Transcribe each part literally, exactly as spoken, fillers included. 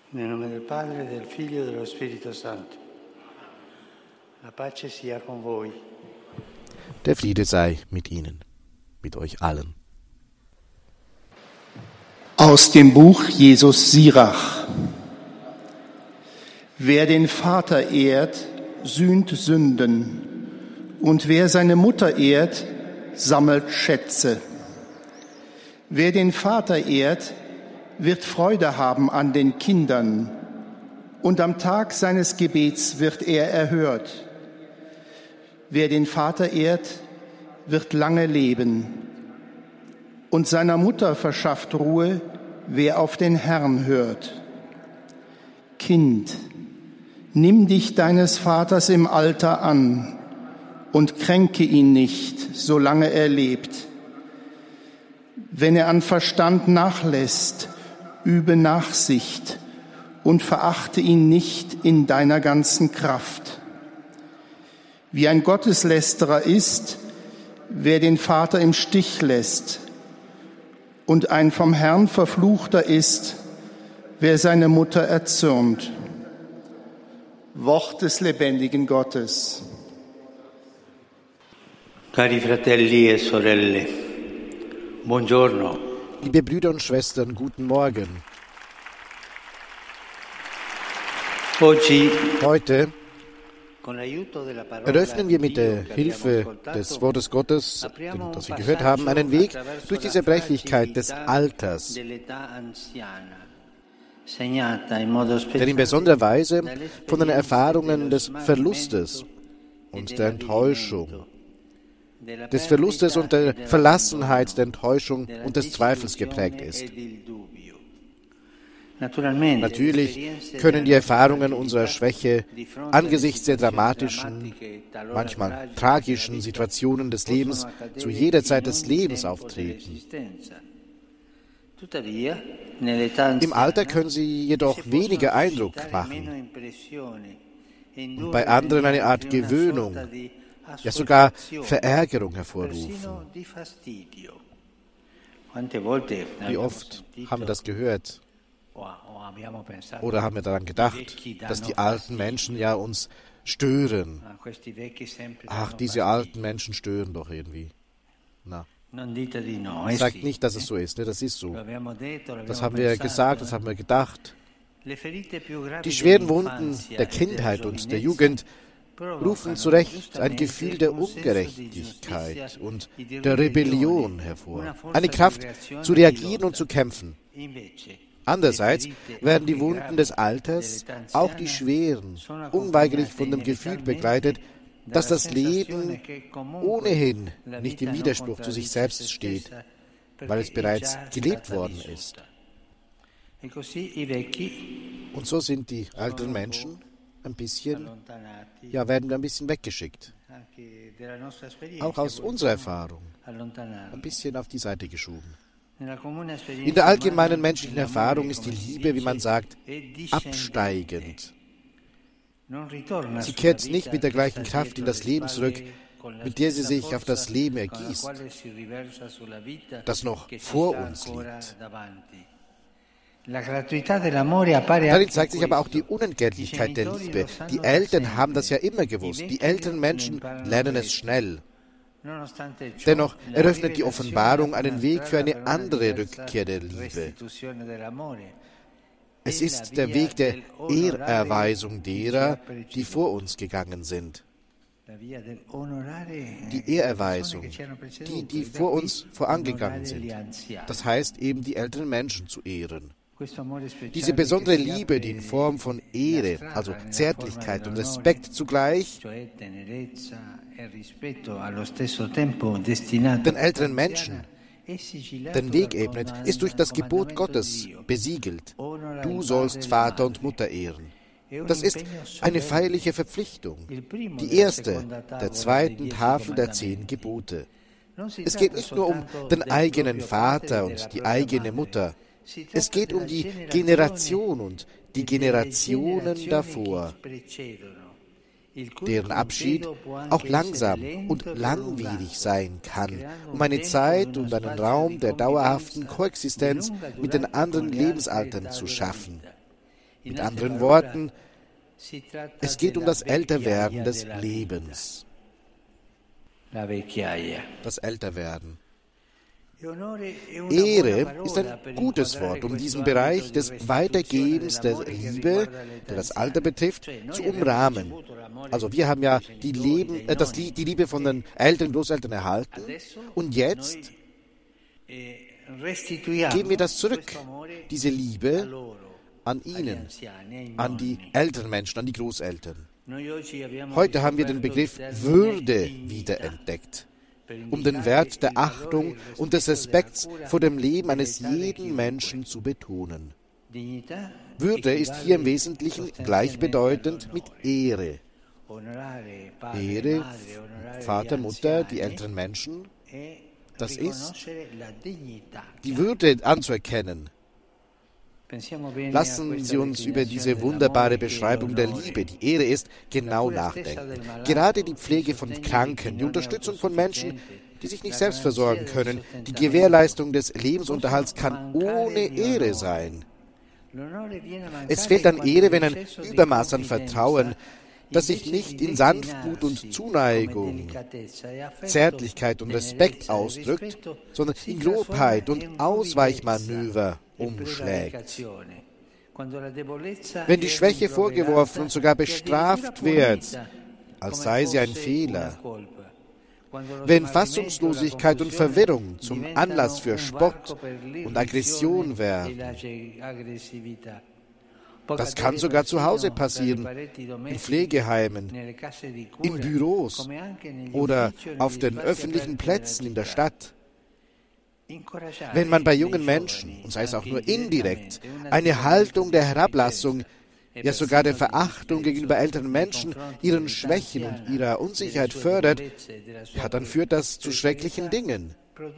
Nel nome del Padre, del Figlio e dello Spirito Santo. La pace sia con voi. Der Friede sei mit Ihnen, mit euch allen. Aus dem Buch Jesus Sirach. Wer den Vater ehrt, sühnt Sünden, und wer seine Mutter ehrt, sammelt Schätze. Wer den Vater ehrt, wird Freude haben an den Kindern, und am Tag seines Gebets wird er erhört. Wer den Vater ehrt, wird lange leben, und seiner Mutter verschafft Ruhe, wer auf den Herrn hört. Kind, nimm dich deines Vaters im Alter an und kränke ihn nicht, solange er lebt. Wenn er an Verstand nachlässt, übe Nachsicht und verachte ihn nicht in deiner ganzen Kraft. Wie ein Gotteslästerer ist, wer den Vater im Stich lässt, und ein vom Herrn Verfluchter ist, wer seine Mutter erzürnt. Wort des lebendigen Gottes. Cari fratelli e sorelle, buongiorno. Liebe Brüder und Schwestern, guten Morgen. Heute eröffnen wir mit der Hilfe des Wortes Gottes, das wir gehört haben, einen Weg durch die Zerbrechlichkeit des Alters, der in besonderer Weise von den Erfahrungen des Verlustes und der Enttäuschung, des Verlustes und der Verlassenheit, der Enttäuschung und des Zweifels geprägt ist. Natürlich können die Erfahrungen unserer Schwäche angesichts der dramatischen, manchmal tragischen Situationen des Lebens zu jeder Zeit des Lebens auftreten. Im Alter können sie jedoch weniger Eindruck machen und bei anderen eine Art Gewöhnung, ja sogar Verärgerung hervorrufen. Wie oft haben wir das gehört? Oder haben wir daran gedacht, dass die alten Menschen ja uns stören? Ach, diese alten Menschen stören doch irgendwie. Na. Sagt nicht, dass es so ist, ne? Das ist so. Das haben wir gesagt, das haben wir gedacht. Die schweren Wunden der Kindheit und der Jugend rufen zu Recht ein Gefühl der Ungerechtigkeit und der Rebellion hervor. Eine Kraft zu reagieren und zu kämpfen. Andererseits werden die Wunden des Alters, auch die schweren, unweigerlich von dem Gefühl begleitet, dass das Leben ohnehin nicht im Widerspruch zu sich selbst steht, weil es bereits gelebt worden ist. Und so sind die älteren Menschen ein bisschen, ja, werden wir ein bisschen weggeschickt. Auch aus unserer Erfahrung ein bisschen auf die Seite geschoben. In der allgemeinen menschlichen Erfahrung ist die Liebe, wie man sagt, absteigend. Sie kehrt nicht mit der gleichen Kraft in das Leben zurück, mit der sie sich auf das Leben ergießt, das noch vor uns liegt. Darin zeigt sich aber auch die Unentgeltlichkeit der Liebe. Die Eltern haben das ja immer gewusst. Die älteren Menschen lernen es schnell. Dennoch eröffnet die Offenbarung einen Weg für eine andere Rückkehr der Liebe. Es ist der Weg der Ehrerweisung derer, die vor uns gegangen sind. Die Ehrerweisung, die, die vor uns vorangegangen sind. Das heißt eben, die älteren Menschen zu ehren. Diese besondere Liebe, die in Form von Ehre, also Zärtlichkeit und Respekt zugleich den älteren Menschen den Weg ebnet, ist durch das Gebot Gottes besiegelt. Du sollst Vater und Mutter ehren. Das ist eine feierliche Verpflichtung, die erste der zweiten Tafel der zehn Gebote. Es geht nicht nur um den eigenen Vater und die eigene Mutter. Es geht um die Generation und die Generationen davor, deren Abschied auch langsam und langwierig sein kann, um eine Zeit und einen Raum der dauerhaften Koexistenz mit den anderen Lebensaltern zu schaffen. Mit anderen Worten, es geht um das Älterwerden des Lebens. Das Älterwerden. Ehre ist ein gutes Wort, um diesen Bereich des Weitergebens der Liebe, der das Alter betrifft, zu umrahmen. Also wir haben ja die, Leben, äh, das, die Liebe von den Eltern und Großeltern erhalten und jetzt geben wir das zurück, diese Liebe an ihnen, an die älteren Menschen, an die Großeltern. Heute haben wir den Begriff Würde wiederentdeckt, um den Wert der Achtung und des Respekts vor dem Leben eines jeden Menschen zu betonen. Würde ist hier im Wesentlichen gleichbedeutend mit Ehre. Ehre, Vater, Mutter, die älteren Menschen, das ist, die Würde anzuerkennen. Lassen Sie uns über diese wunderbare Beschreibung der Liebe, die Ehre ist, genau nachdenken. Gerade die Pflege von Kranken, die Unterstützung von Menschen, die sich nicht selbst versorgen können, die Gewährleistung des Lebensunterhalts kann ohne Ehre sein. Es fehlt an Ehre, wenn ein Übermaß an Vertrauen, das sich nicht in Sanftmut und Zuneigung, Zärtlichkeit und Respekt ausdrückt, sondern in Grobheit und Ausweichmanöver umschlägt. Wenn die Schwäche vorgeworfen und sogar bestraft wird, als sei sie ein Fehler, wenn Fassungslosigkeit und Verwirrung zum Anlass für Spott und Aggression werden, das kann sogar zu Hause passieren, in Pflegeheimen, in Büros oder auf den öffentlichen Plätzen in der Stadt. Wenn man bei jungen Menschen, und sei es auch nur indirekt, eine Haltung der Herablassung, ja sogar der Verachtung gegenüber älteren Menschen, ihren Schwächen und ihrer Unsicherheit fördert, ja, dann führt das zu schrecklichen Dingen.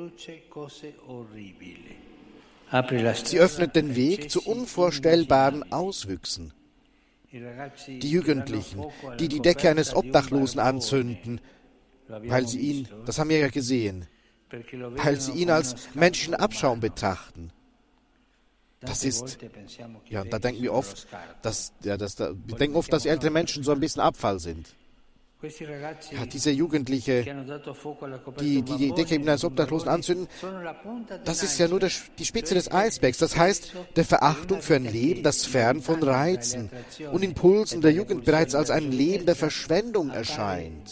Sie öffnet den Weg zu unvorstellbaren Auswüchsen. Die Jugendlichen, die die Decke eines Obdachlosen anzünden, weil sie ihn, das haben wir ja gesehen, weil sie ihn als menschlichen Abschaum betrachten. Das ist, ja, da denken wir oft, dass, ja, dass da, wir denken oft, dass ältere Menschen so ein bisschen Abfall sind. Ja, diese Jugendliche, die die, die Decke eines Obdachlosen anzünden, das ist ja nur der, die Spitze des Eisbergs. Das heißt, der Verachtung für ein Leben, das fern von Reizen und Impulsen der Jugend bereits als ein Leben der Verschwendung erscheint.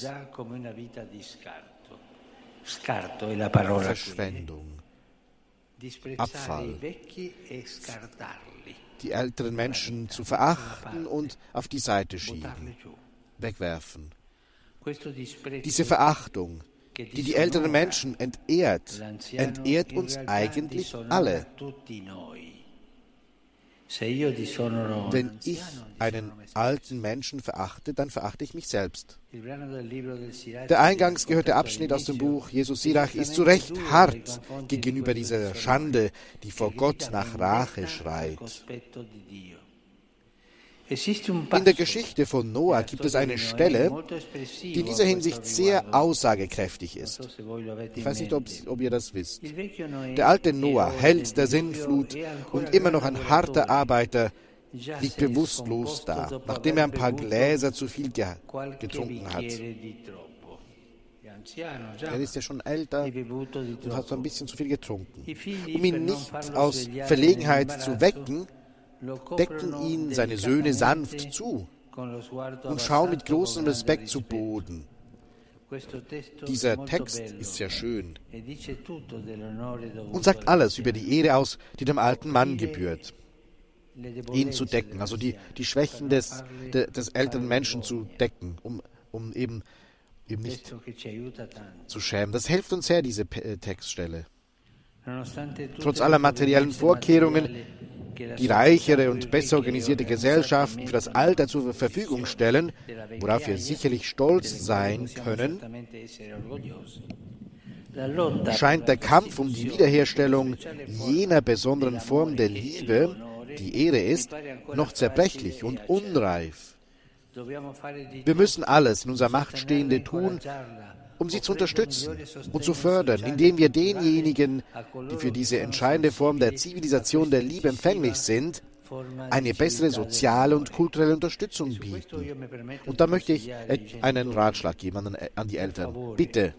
Verschwendung, Abfall, die älteren Menschen zu verachten und auf die Seite schieben, wegwerfen. Diese Verachtung, die die älteren Menschen entehrt, entehrt uns eigentlich alle. Wenn ich einen alten Menschen verachte, dann verachte ich mich selbst. Der eingangs gehörte Abschnitt aus dem Buch Jesus Sirach ist zu Recht hart gegenüber dieser Schande, die vor Gott nach Rache schreit. In der Geschichte von Noah gibt es eine Stelle, die in dieser Hinsicht sehr aussagekräftig ist. Ich weiß nicht, ob, ob ihr das wisst. Der alte Noah, Held der Sintflut und immer noch ein harter Arbeiter, liegt bewusstlos da, nachdem er ein paar Gläser zu viel ge getrunken hat. Er ist ja schon älter und hat so ein bisschen zu viel getrunken. Um ihn nicht aus Verlegenheit zu wecken, decken ihn seine Söhne sanft zu und schauen mit großem Respekt zu Boden. Dieser Text ist sehr schön und sagt alles über die Ehre aus, die dem alten Mann gebührt. Ihn zu decken, also die, die Schwächen des, de, des älteren Menschen zu decken, um, um eben, eben nicht zu schämen. Das hilft uns sehr, diese Textstelle. Trotz aller materiellen Vorkehrungen, die reichere und besser organisierte Gesellschaften für das Alter zur Verfügung stellen, worauf wir sicherlich stolz sein können, scheint der Kampf um die Wiederherstellung jener besonderen Form der Liebe, die Ehre ist, noch zerbrechlich und unreif. Wir müssen alles in unserer Macht Stehende tun, um sie zu unterstützen und zu fördern, indem wir denjenigen, die für diese entscheidende Form der Zivilisation der Liebe empfänglich sind, eine bessere soziale und kulturelle Unterstützung bieten. Und da möchte ich einen Ratschlag geben an, an die Eltern. Bitte,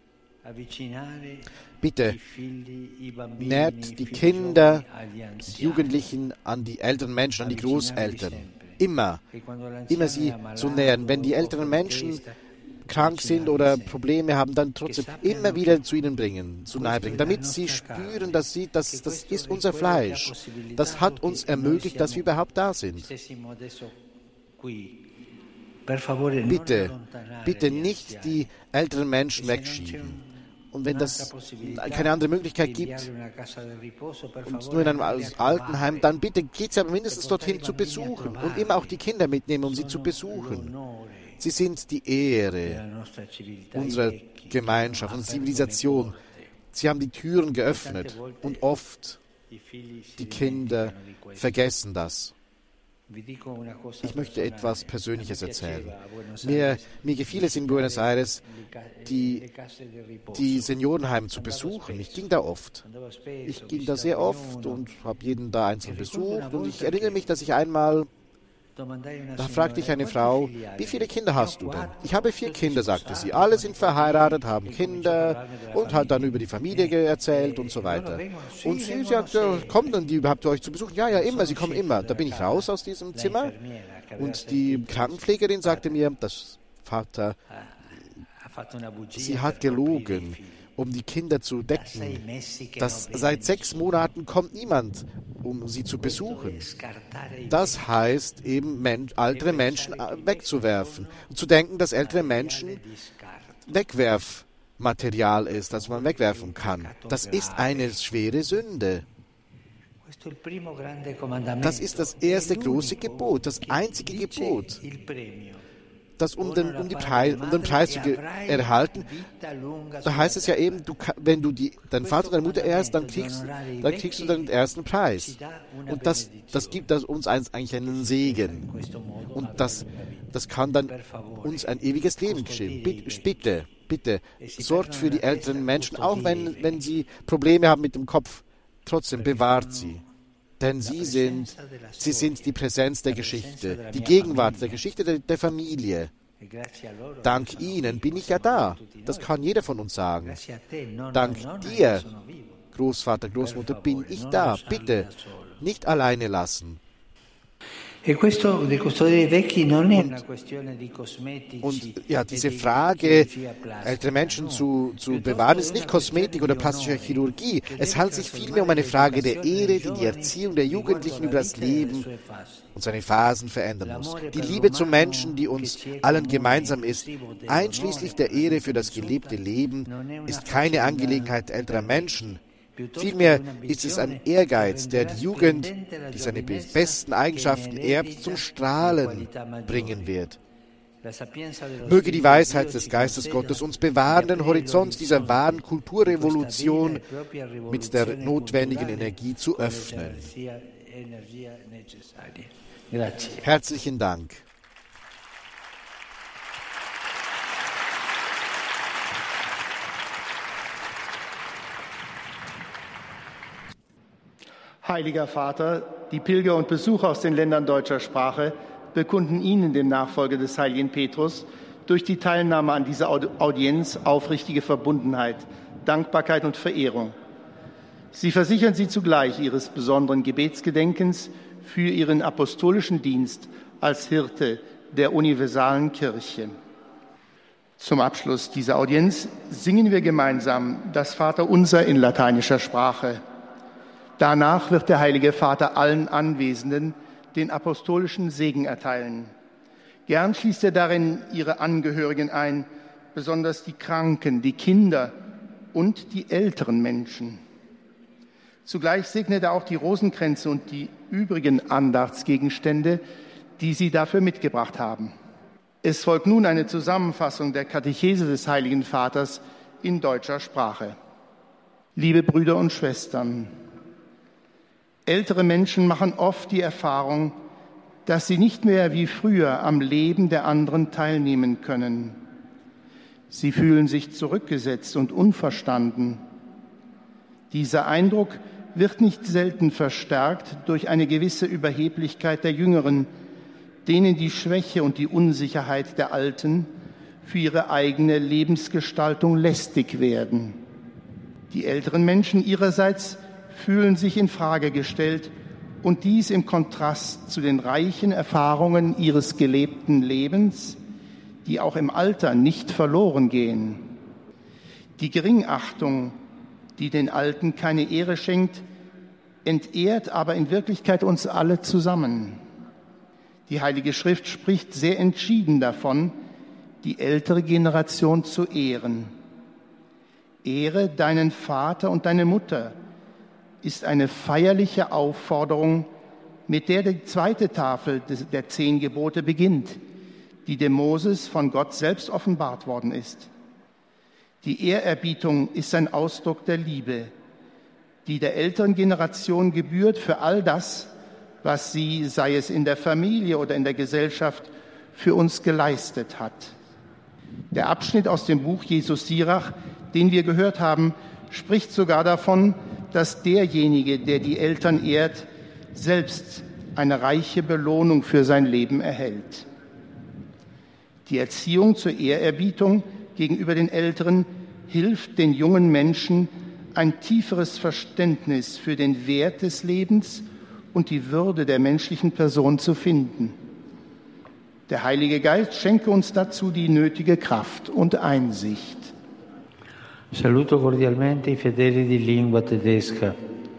bitte nährt die Kinder, die Jugendlichen an die älteren Menschen, an die Großeltern. Immer, immer sie zu nähern. Wenn die älteren Menschen krank sind oder Probleme haben, dann trotzdem immer wieder zu ihnen bringen, zu nahe bringen, damit sie spüren, dass sie, das, das ist unser Fleisch. Das hat uns ermöglicht, dass wir überhaupt da sind. Bitte, bitte nicht die älteren Menschen wegschieben. Und wenn das keine andere Möglichkeit gibt, und nur in einem Altenheim, dann bitte geht sie aber mindestens dorthin zu besuchen und immer auch die Kinder mitnehmen, um sie zu besuchen. Sie sind die Ehre unserer Gemeinschaft und Zivilisation. Sie haben die Türen geöffnet und oft die Kinder vergessen das. Ich möchte etwas Persönliches erzählen. Mir, mir gefiel es in Buenos Aires, die, die Seniorenheime zu besuchen. Ich ging da oft. Ich ging da sehr oft und habe jeden da einzeln besucht. Und ich erinnere mich, dass ich einmal, da fragte ich eine Frau, wie viele Kinder hast du denn? Ich habe vier Kinder, sagte sie. Alle sind verheiratet, haben Kinder und hat dann über die Familie erzählt und so weiter. Und sie sagte, kommen denn die überhaupt zu euch zu besuchen? Ja, ja, immer, sie kommen immer. Da bin ich raus aus diesem Zimmer und die Krankenpflegerin sagte mir, das Vater, sie hat gelogen, um die Kinder zu decken. Das, seit sechs Monaten kommt niemand, um sie zu besuchen. Das heißt eben, men- ältere Menschen wegzuwerfen. Und zu denken, dass ältere Menschen Wegwerfmaterial ist, das man wegwerfen kann. Das ist eine schwere Sünde. Das ist das erste große Gebot, das einzige Gebot. Das um den, um, die Preis, um den Preis zu erhalten, da heißt es ja eben, du, wenn du die, deinen Vater und deine Mutter ehrst, dann kriegst, dann kriegst du den ersten Preis. Und das, das gibt das uns eigentlich einen Segen. Und das, das kann dann uns ein ewiges Leben geschehen. Bitte, bitte, sorgt für die älteren Menschen, auch wenn, wenn sie Probleme haben mit dem Kopf, trotzdem bewahrt sie. Denn sie sind, sie sind die Präsenz der Geschichte, die Gegenwart der Geschichte der, der Familie. Dank ihnen bin ich ja da. Das kann jeder von uns sagen. Dank dir, Großvater, Großmutter, bin ich da. Bitte, nicht alleine lassen. Und, und ja, diese Frage, ältere Menschen zu, zu bewahren, ist nicht Kosmetik oder plastische Chirurgie. Es handelt sich vielmehr um eine Frage der Ehre, die die Erziehung der Jugendlichen über das Leben und seine Phasen verändern muss. Die Liebe zum Menschen, die uns allen gemeinsam ist, einschließlich der Ehre für das gelebte Leben, ist keine Angelegenheit älterer Menschen. Vielmehr ist es ein Ehrgeiz, der die Jugend, die seine besten Eigenschaften erbt, zum Strahlen bringen wird. Möge die Weisheit des Geistes Gottes uns bewahren, den Horizont dieser wahren Kulturrevolution mit der notwendigen Energie zu öffnen. Herzlichen Dank. Heiliger Vater, die Pilger und Besucher aus den Ländern deutscher Sprache bekunden Ihnen, dem Nachfolger des heiligen Petrus, durch die Teilnahme an dieser Audienz aufrichtige Verbundenheit, Dankbarkeit und Verehrung. Sie versichern Sie zugleich Ihres besonderen Gebetsgedenkens für Ihren apostolischen Dienst als Hirte der universalen Kirche. Zum Abschluss dieser Audienz singen wir gemeinsam das Vaterunser in lateinischer Sprache. Danach wird der Heilige Vater allen Anwesenden den apostolischen Segen erteilen. Gern schließt er darin ihre Angehörigen ein, besonders die Kranken, die Kinder und die älteren Menschen. Zugleich segnet er auch die Rosenkränze und die übrigen Andachtsgegenstände, die sie dafür mitgebracht haben. Es folgt nun eine Zusammenfassung der Katechese des Heiligen Vaters in deutscher Sprache. Liebe Brüder und Schwestern, ältere Menschen machen oft die Erfahrung, dass sie nicht mehr wie früher am Leben der anderen teilnehmen können. Sie fühlen sich zurückgesetzt und unverstanden. Dieser Eindruck wird nicht selten verstärkt durch eine gewisse Überheblichkeit der Jüngeren, denen die Schwäche und die Unsicherheit der Alten für ihre eigene Lebensgestaltung lästig werden. Die älteren Menschen ihrerseits fühlen sich in Frage gestellt und dies im Kontrast zu den reichen Erfahrungen ihres gelebten Lebens, die auch im Alter nicht verloren gehen. Die Geringachtung, die den Alten keine Ehre schenkt, entehrt aber in Wirklichkeit uns alle zusammen. Die Heilige Schrift spricht sehr entschieden davon, die ältere Generation zu ehren. Ehre deinen Vater und deine Mutter ist eine feierliche Aufforderung, mit der die zweite Tafel der zehn Gebote beginnt, die dem Moses von Gott selbst offenbart worden ist. Die Ehrerbietung ist ein Ausdruck der Liebe, die der älteren Generation gebührt für all das, was sie, sei es in der Familie oder in der Gesellschaft, für uns geleistet hat. Der Abschnitt aus dem Buch Jesus Sirach, den wir gehört haben, spricht sogar davon, dass derjenige, der die Eltern ehrt, selbst eine reiche Belohnung für sein Leben erhält. Die Erziehung zur Ehrerbietung gegenüber den Älteren hilft den jungen Menschen, ein tieferes Verständnis für den Wert des Lebens und die Würde der menschlichen Person zu finden. Der Heilige Geist schenke uns dazu die nötige Kraft und Einsicht. Saluto cordialmente i fedeli di lingua tedesca.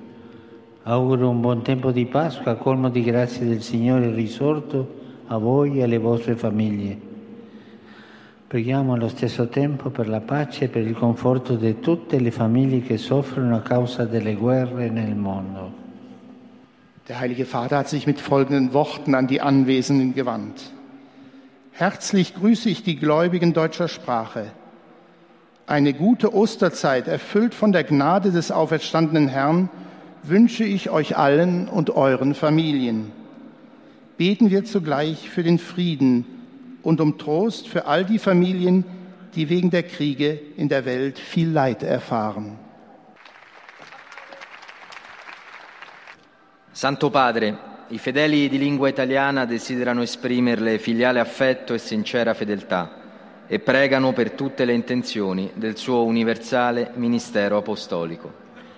Auguro un buon tempo di Pasqua, colmo di grazie del Signore risorto a voi e alle vostre famiglie. Preghiamo allo stesso tempo per la pace e per il conforto di tutte le famiglie che soffrono a causa delle guerre nel mondo. Der Heilige Vater hat sich mit folgenden Worten an die Anwesenden gewandt. Herzlich grüße ich die Gläubigen deutscher Sprache. Eine gute Osterzeit, erfüllt von der Gnade des auferstandenen Herrn, wünsche ich euch allen und euren Familien. Beten wir zugleich für den Frieden und um Trost für all die Familien, die wegen der Kriege in der Welt viel Leid erfahren. Santo Padre, i fedeli di lingua italiana desiderano esprimerle filiale affetto e sincera fedeltà e pregano per tutte le intenzioni del suo universale ministero apostolico.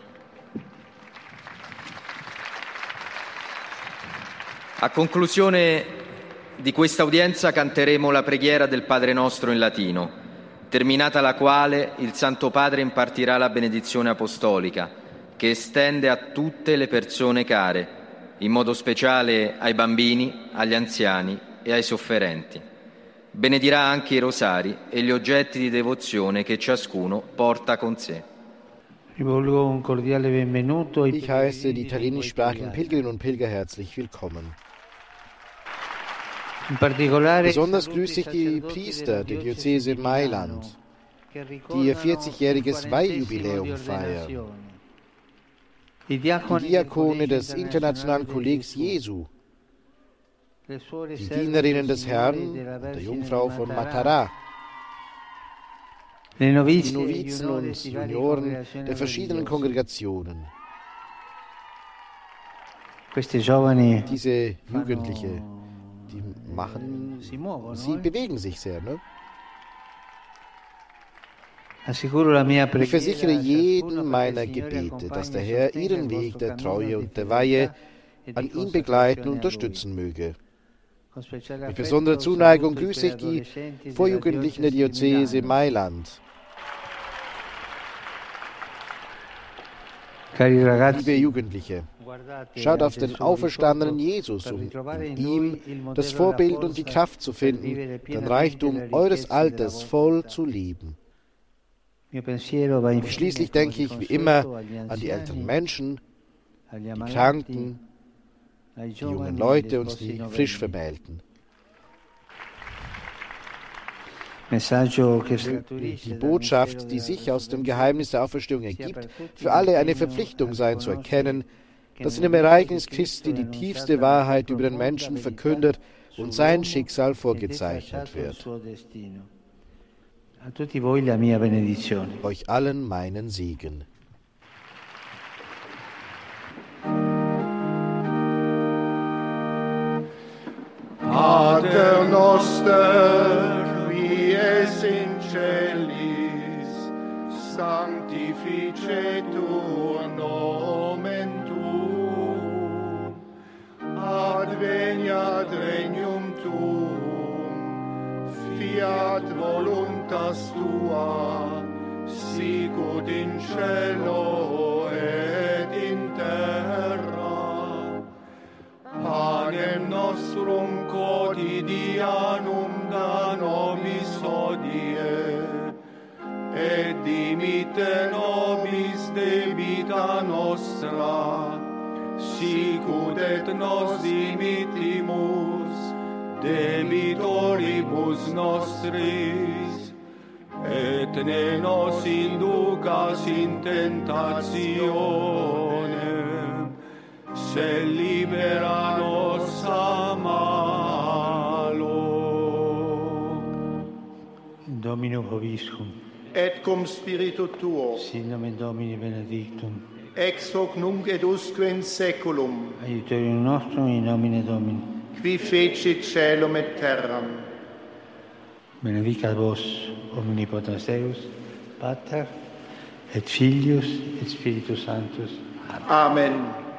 A conclusione di questa udienza canteremo la preghiera del Padre Nostro in latino, terminata la quale il Santo Padre impartirà la benedizione apostolica, che estende a tutte le persone care, in modo speciale ai bambini, agli anziani e ai sofferenti. Benedirà anche i rosari e gli oggetti di devozione che ciascuno porta con sé. Ich heiße die italienischsprachigen Pilgerinnen und Pilger herzlich willkommen. Besonders grüße ich die Priester der Diözese Mailand, die ihr vierzigjähriges Weihjubiläum feiern. Die Diakone des Internationalen Kollegs Jesu, die Dienerinnen des Herrn und der Jungfrau von Matarà, die Novizen und Junioren der verschiedenen Kongregationen, diese Jugendliche, die machen, sie bewegen sich sehr, ne? Ich versichere jeden meiner Gebete, dass der Herr ihren Weg der Treue und der Weihe an ihn begleiten und unterstützen möge. Mit besonderer Zuneigung grüße ich die Vorjugendlichen der Diözese Mailand. Liebe Jugendliche, schaut auf den auferstandenen Jesus, um in ihm das Vorbild und die Kraft zu finden, den Reichtum eures Alters voll zu leben. Und schließlich denke ich wie immer an die älteren Menschen, die Kranken, die jungen Leute und die frisch Vermählten. Die Botschaft, die sich aus dem Geheimnis der Auferstehung ergibt, für alle eine Verpflichtung sein, zu erkennen, dass in dem Ereignis Christi die tiefste Wahrheit über den Menschen verkündet und sein Schicksal vorgezeichnet wird. Euch allen meinen Segen. Pater noster, qui es in celis, sanctificetur nomen tuum, adveniat regnum tuum, fiat voluntas tua, sicut in cielo et in terra. Panem nostrum quotidianum da nobis hodie, et dimitte nobis debita nostra, sicut et nos dimittimus debitoribus nostris, et ne nos inducas in tentationem, se libera nos a malo. Domino vobiscum. Et cum spiritu tuo. Sin nomen Domini benedictum. Ex hoc nunc et usque in saeculum. Aiuterium nostrum in nomine Domini. Qui fecit caelum et terram. Benedicat vos omnipotens Deus, Pater et Filius et Spiritus Sanctus. Amen. Amen.